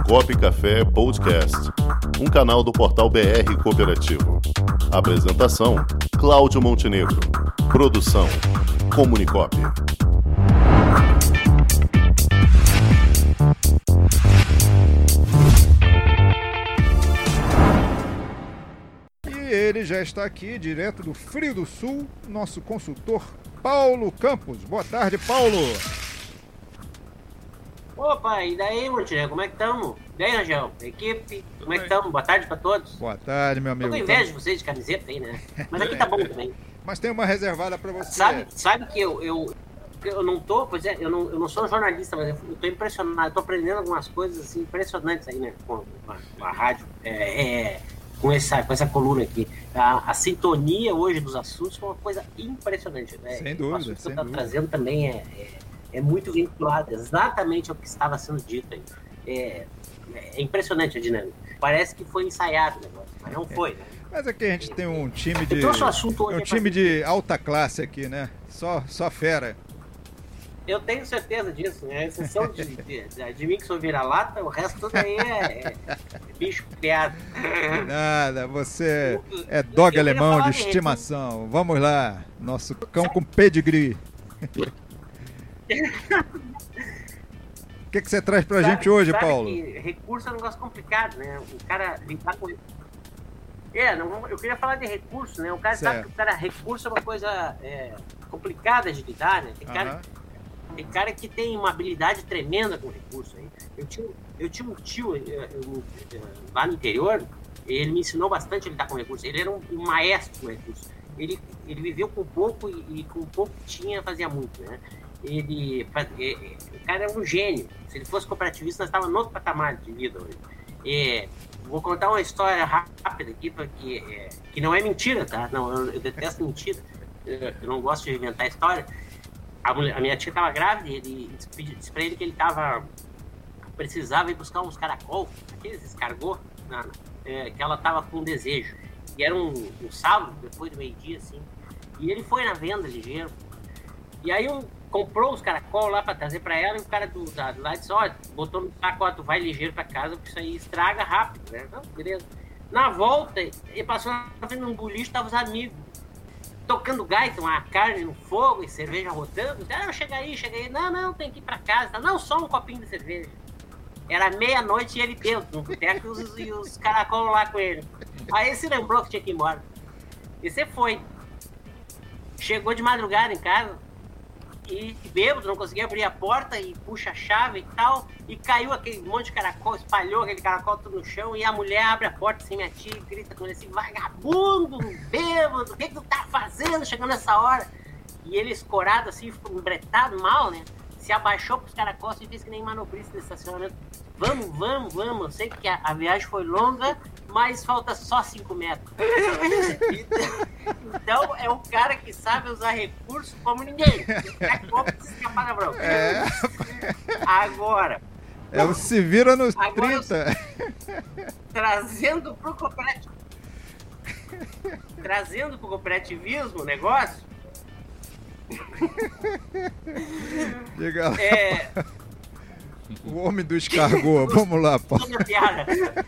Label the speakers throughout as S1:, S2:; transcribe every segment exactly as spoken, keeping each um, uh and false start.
S1: Comunicop Café Podcast, um canal do portal B R Cooperativo. Apresentação, Cláudio Montenegro. Produção, Comunicop.
S2: E ele já está aqui, direto do Frio do Sul, nosso consultor Paulo Campos. Boa tarde, Paulo.
S3: Opa, e daí, Montenegro, como é que estamos? E aí, Rangel, equipe, como é que estamos? Boa tarde para todos.
S2: Boa tarde, meu amigo.
S3: Tô com inveja de vocês de camiseta aí, né? Mas aqui tá bom também.
S2: Mas tem uma reservada para você.
S3: Sabe, sabe que eu, eu, eu não tô, pois é, eu não, eu não sou jornalista, mas eu tô impressionado, eu tô aprendendo algumas coisas assim, impressionantes aí, né, com a, com a rádio, é, é, com, essa, com essa coluna aqui. A, a sintonia hoje dos assuntos é uma coisa impressionante, né?
S2: Sem dúvida,
S3: o assunto
S2: sem
S3: que eu tô
S2: dúvida.
S3: trazendo também é, é, é muito vinculado exatamente ao que estava sendo dito aí. É, é impressionante a dinâmica. Parece que foi ensaiado o negócio, mas não foi, né?
S2: Mas aqui a gente tem um time de,
S3: trouxe o assunto hoje
S2: um
S3: é
S2: time
S3: pra-
S2: de alta classe aqui, né? Só, só fera.
S3: Eu tenho certeza disso, né? A exceção de, de, de, de mim que sou vira-lata, o resto tudo aí é, é, é bicho criado.
S2: Nada, você é dog
S3: Eu queria
S2: alemão
S3: falar
S2: de
S3: de-
S2: estimação. Vamos lá, nosso cão com pedigree. O que, que você traz pra gente hoje,
S3: sabe
S2: Paulo?
S3: Que recurso é um negócio complicado, né? O cara lidar com. É, não, eu queria falar de recurso, né? O cara sabe
S2: Certo.
S3: que o cara, recurso é uma coisa é, complicada de lidar, né? Tem cara,
S2: Aham.
S3: tem cara que tem uma habilidade tremenda com recurso. Hein? Eu, tinha, eu tinha um tio eu, eu, eu, lá no interior, ele me ensinou bastante a lidar com recurso. Ele era um, um maestro com recurso. Ele, ele viveu com pouco e, e com pouco que tinha, fazia muito, né? Ele, faz- é, é, o cara era um gênio. Se ele fosse cooperativista, nós estávamos no outro patamar de vida hoje. É, vou contar uma história rápida aqui, porque, é, que não é mentira, tá? Não, eu, eu detesto mentira. Eu, eu não gosto de inventar história. A, mulher- a minha tia estava grávida e ele disse, disse para ele que ele tava, precisava ir buscar uns caracol, aqueles escargot, na- é, que ela estava com desejo. E era um, um sábado, depois do meio-dia, assim. E ele foi na venda ligeiro. E aí um, comprou os caracol lá pra trazer pra ela e o cara do, da, lá disse, ó, botou no saco, ó, tu vai ligeiro pra casa porque isso aí estraga rápido, né? Não, beleza. Na volta, ele passou na frente de um boliche, tava os amigos tocando gaita, uma carne no fogo e cerveja rodando. Ah, chega aí, chega aí. Não, não, tem que ir pra casa. Não, só um copinho de cerveja. Era meia-noite e ele dentro, no boteco, e os, e os caracol lá com ele. Aí ele se lembrou que tinha que ir embora. E você foi. Chegou de madrugada em casa e bêbado, não conseguia abrir a porta e puxa a chave e tal, e caiu aquele monte de caracol, espalhou aquele caracol tudo no chão, e a mulher abre a porta assim, minha tia, e grita com ele assim, vagabundo, bêbado, o que que tu tá fazendo chegando nessa hora? E ele escorado assim, ficou embretado mal, né? Se abaixou pros caracóis e disse que nem manobrista de estacionamento. Vamos, vamos, vamos, eu sei que a, a viagem foi longa, mas falta só cinco metros. Então é um cara que sabe usar recursos como ninguém. É como se escapar da bronca.
S2: É,
S3: Agora,
S2: é o se vira nos
S3: Agora eu-
S2: trinta.
S3: trazendo pro cooperativismo, trazendo pro cooperativismo o negócio,
S2: Diga lá,
S3: é
S2: o homem do escargot. Vamos lá, Paulo.
S3: toda piada.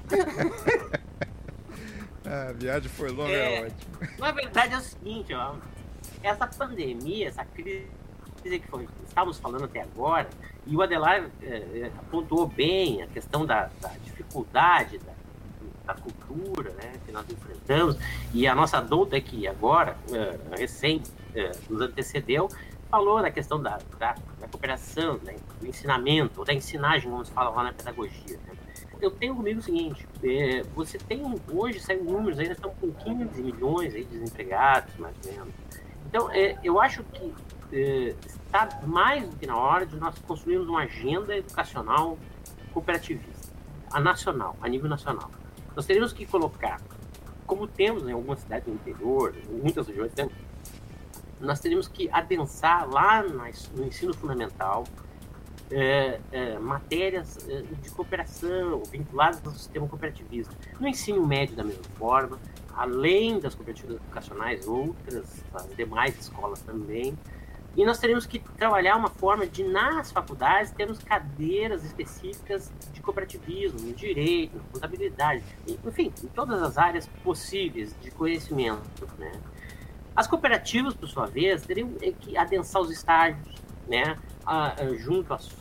S2: A viagem foi longa,
S3: É,
S2: é ótimo.
S3: Na verdade é o seguinte, ó, essa pandemia, essa crise que foi, estávamos falando até agora, e o Adelar é, apontou bem a questão da, da dificuldade da, da cultura, né, que nós enfrentamos, e a nossa douta aqui agora, é, recém é, nos antecedeu, falou da questão da, da, da cooperação, né, do ensinamento, ou da ensinagem, como se fala lá na pedagogia, né. Eu tenho comigo o seguinte, é, você tem, hoje saem números aí, nós estamos com quinze milhões aí de desempregados, mais ou menos. Então, é, eu acho que é, está mais do que na hora de nós construirmos uma agenda educacional cooperativista, a nacional, a nível nacional. Nós teríamos que colocar, como temos em algumas cidades do interior, em muitas regiões temos, nós teríamos que adensar lá no ensino fundamental, É, é, matérias é, de cooperação vinculadas ao sistema cooperativista. No ensino médio, da mesma forma, além das cooperativas educacionais, outras, as demais escolas também, E nós teríamos que trabalhar uma forma de, nas faculdades, termos cadeiras específicas de cooperativismo, no direito, na contabilidade, enfim, em todas as áreas possíveis de conhecimento, né? As cooperativas, por sua vez, teriam que adensar os estágios, né, a, a, junto ao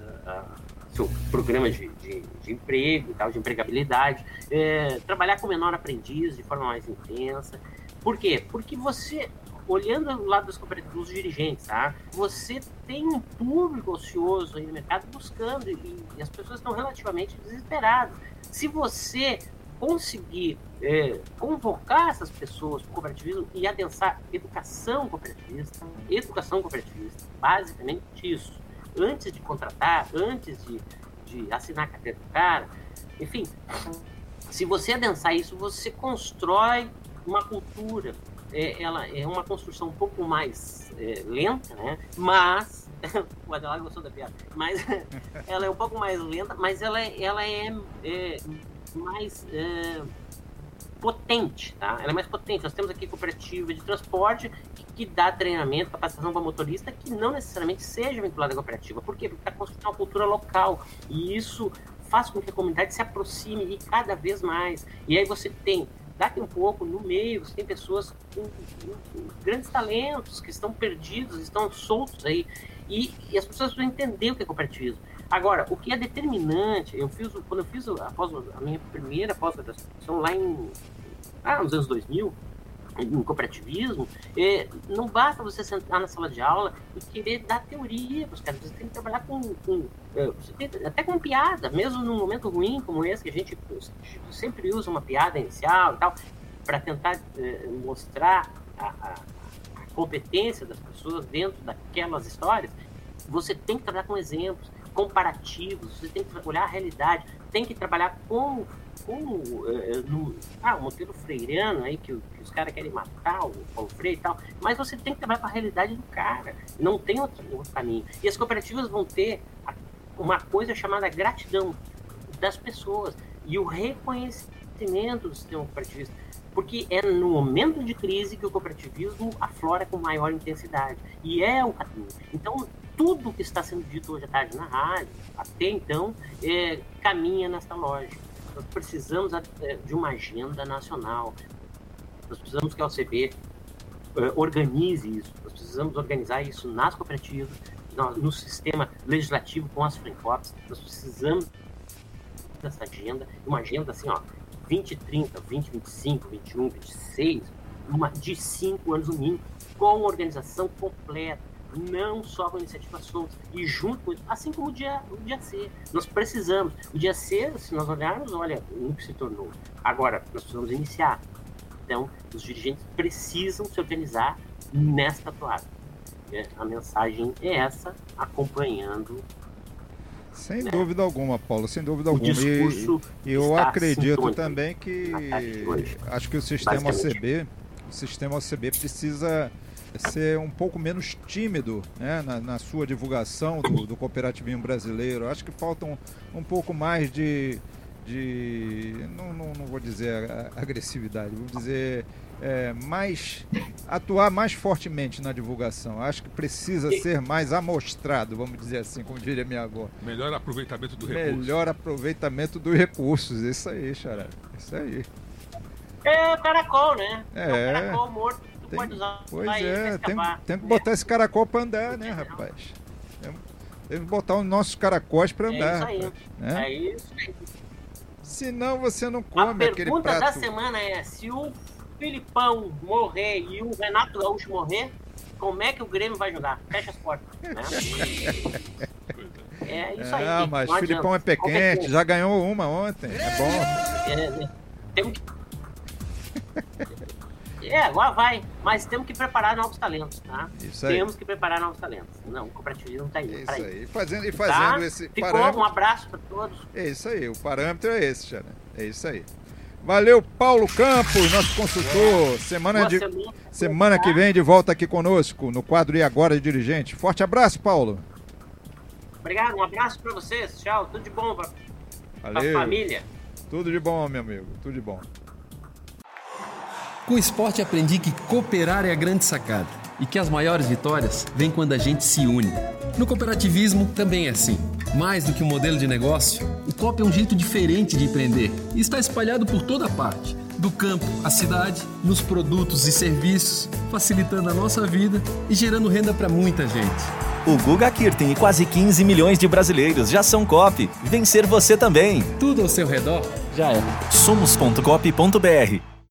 S3: seu programa de, de, de emprego, tal, de empregabilidade, é, trabalhar com menor aprendiz de forma mais intensa. Por quê? Porque você, olhando do lado das cooperativas, dos dirigentes, tá? Você tem um público ocioso aí no mercado buscando, e, e as pessoas estão relativamente desesperadas. Se você conseguir é, convocar essas pessoas para o cooperativismo e adensar educação cooperativista, educação cooperativista, basicamente isso. Antes de contratar, antes de, de assinar a carteira do cara, enfim, se você adensar isso, você constrói uma cultura. É, ela é uma construção um pouco mais é, lenta, né? Mas o Adelar gostou da piada, mas ela é um pouco mais lenta, mas ela, ela é, é mais é, potente, tá? Ela é mais potente. Nós temos aqui cooperativa de transporte que, que dá treinamento, capacitação para motorista, que não necessariamente seja vinculada à cooperativa. Por quê? Porque está construindo uma cultura local, e isso faz com que a comunidade se aproxime e cada vez mais. E aí você tem, daqui um pouco, no meio, você tem pessoas com, com, com grandes talentos que estão perdidos, estão soltos aí, e, e as pessoas precisam entender o que é cooperativismo. Agora, o que é determinante, eu fiz, quando eu fiz após a minha primeira pós-graduação lá em, ah, nos anos dois mil, em cooperativismo, é, não basta você sentar na sala de aula e querer dar teoria para os caras, você tem que trabalhar com, com é, você tem, até com piada, mesmo num momento ruim como esse, que a gente sempre usa uma piada inicial e tal, para tentar é, mostrar a, a, a competência das pessoas dentro daquelas histórias. Você tem que trabalhar com exemplos comparativos, você tem que olhar a realidade, tem que trabalhar com, com uh, no, ah, o modelo freiriano aí, que, que os caras querem matar o Paulo Freire e tal, mas você tem que trabalhar com a realidade do cara, não tem outro, outro caminho. E as cooperativas vão ter uma coisa chamada gratidão das pessoas e o reconhecimento do sistema cooperativista, porque é no momento de crise que o cooperativismo aflora com maior intensidade, e é o caminho. Então, tudo que está sendo dito hoje à tarde na rádio, até então, é, caminha nessa lógica. Nós precisamos é, de uma agenda nacional. Nós precisamos que a O C B é, organize isso. Nós precisamos organizar isso nas cooperativas, no, no sistema legislativo com as FRENCOPs. Nós precisamos dessa agenda, uma agenda assim, ó, vinte, trinta, vinte, vinte e cinco, vinte e um, vinte e seis, uma, de cinco anos no mínimo, com organização completa. Não só com iniciativas soltas, e junto com isso, assim como o dia, o dia C. Nós precisamos. O dia C, se nós olharmos, olha, o que se tornou. Agora, nós precisamos iniciar. Então, os dirigentes precisam se organizar nesta toada. É, a mensagem é essa, acompanhando.
S2: Sem
S3: né?
S2: dúvida alguma, Paulo, sem dúvida
S3: O
S2: alguma.
S3: discurso
S2: E eu
S3: está
S2: acredito também que
S3: hoje,
S2: acho que o sistema O C B, o sistema O C B precisa ser um pouco menos tímido, né, na, na sua divulgação do, do cooperativismo brasileiro. Acho que falta um, um pouco mais de, de não, não, não vou dizer agressividade, vou dizer é, mais, atuar mais fortemente na divulgação. Acho que precisa ser mais amostrado, vamos dizer assim, como diria minha avó.
S4: Melhor aproveitamento do recurso.
S2: Melhor aproveitamento dos recursos, isso aí, Xará, isso aí.
S3: É o caracol, né?
S2: É,
S3: é o caracol morto.
S2: Tem,
S3: pode usar,
S2: pois
S3: aí,
S2: é, tem, tem que
S3: é.
S2: botar esse caracol para andar, né, rapaz? Tem que botar os nossos caracóis para andar.
S3: É isso aí.
S2: Rapaz, né?
S3: É isso aí.
S2: Senão você não come
S3: A
S2: aquele
S3: pergunta
S2: prato.
S3: da semana é: se o Filipão morrer e o Renato Gaúcho morrer, como é que o Grêmio vai jogar? Fecha as portas. Né? É isso aí.
S2: Ah, mas o Filipão é pé quente, já ganhou uma ontem. É bom.
S3: É, é. Temos que... É, agora vai, mas temos que preparar novos talentos, tá?
S2: Isso aí.
S3: Temos que preparar novos talentos. Não, o cooperativismo está aí.
S2: É
S3: tá
S2: isso
S3: aí.
S2: aí. Fazendo, e fazendo
S3: Tá?
S2: esse
S3: Ficou,
S2: parâmetro.
S3: um abraço para todos.
S2: É isso aí, o parâmetro é esse, Xana. É isso aí. Valeu, Paulo Campos, nosso consultor. Semana, de...
S3: semana,
S2: semana que vem de volta aqui conosco no quadro E Agora, Dirigente. Forte abraço, Paulo.
S3: Obrigado, um abraço para vocês. Tchau, tudo de bom para a família.
S2: Tudo de bom, meu amigo, tudo de bom.
S5: Com o esporte aprendi que cooperar é a grande sacada.
S4: e que as maiores vitórias vêm quando a gente se une. No cooperativismo também é assim. Mais do que um modelo de negócio, o Coop é um jeito diferente de empreender e está espalhado por toda parte, do campo à cidade, nos produtos e serviços, facilitando a nossa vida e gerando renda para muita gente.
S5: O Guga Kirten e quase quinze milhões de brasileiros já são Coop. Vencer você também.
S4: Tudo ao seu redor já é.
S5: Somos ponto coop ponto br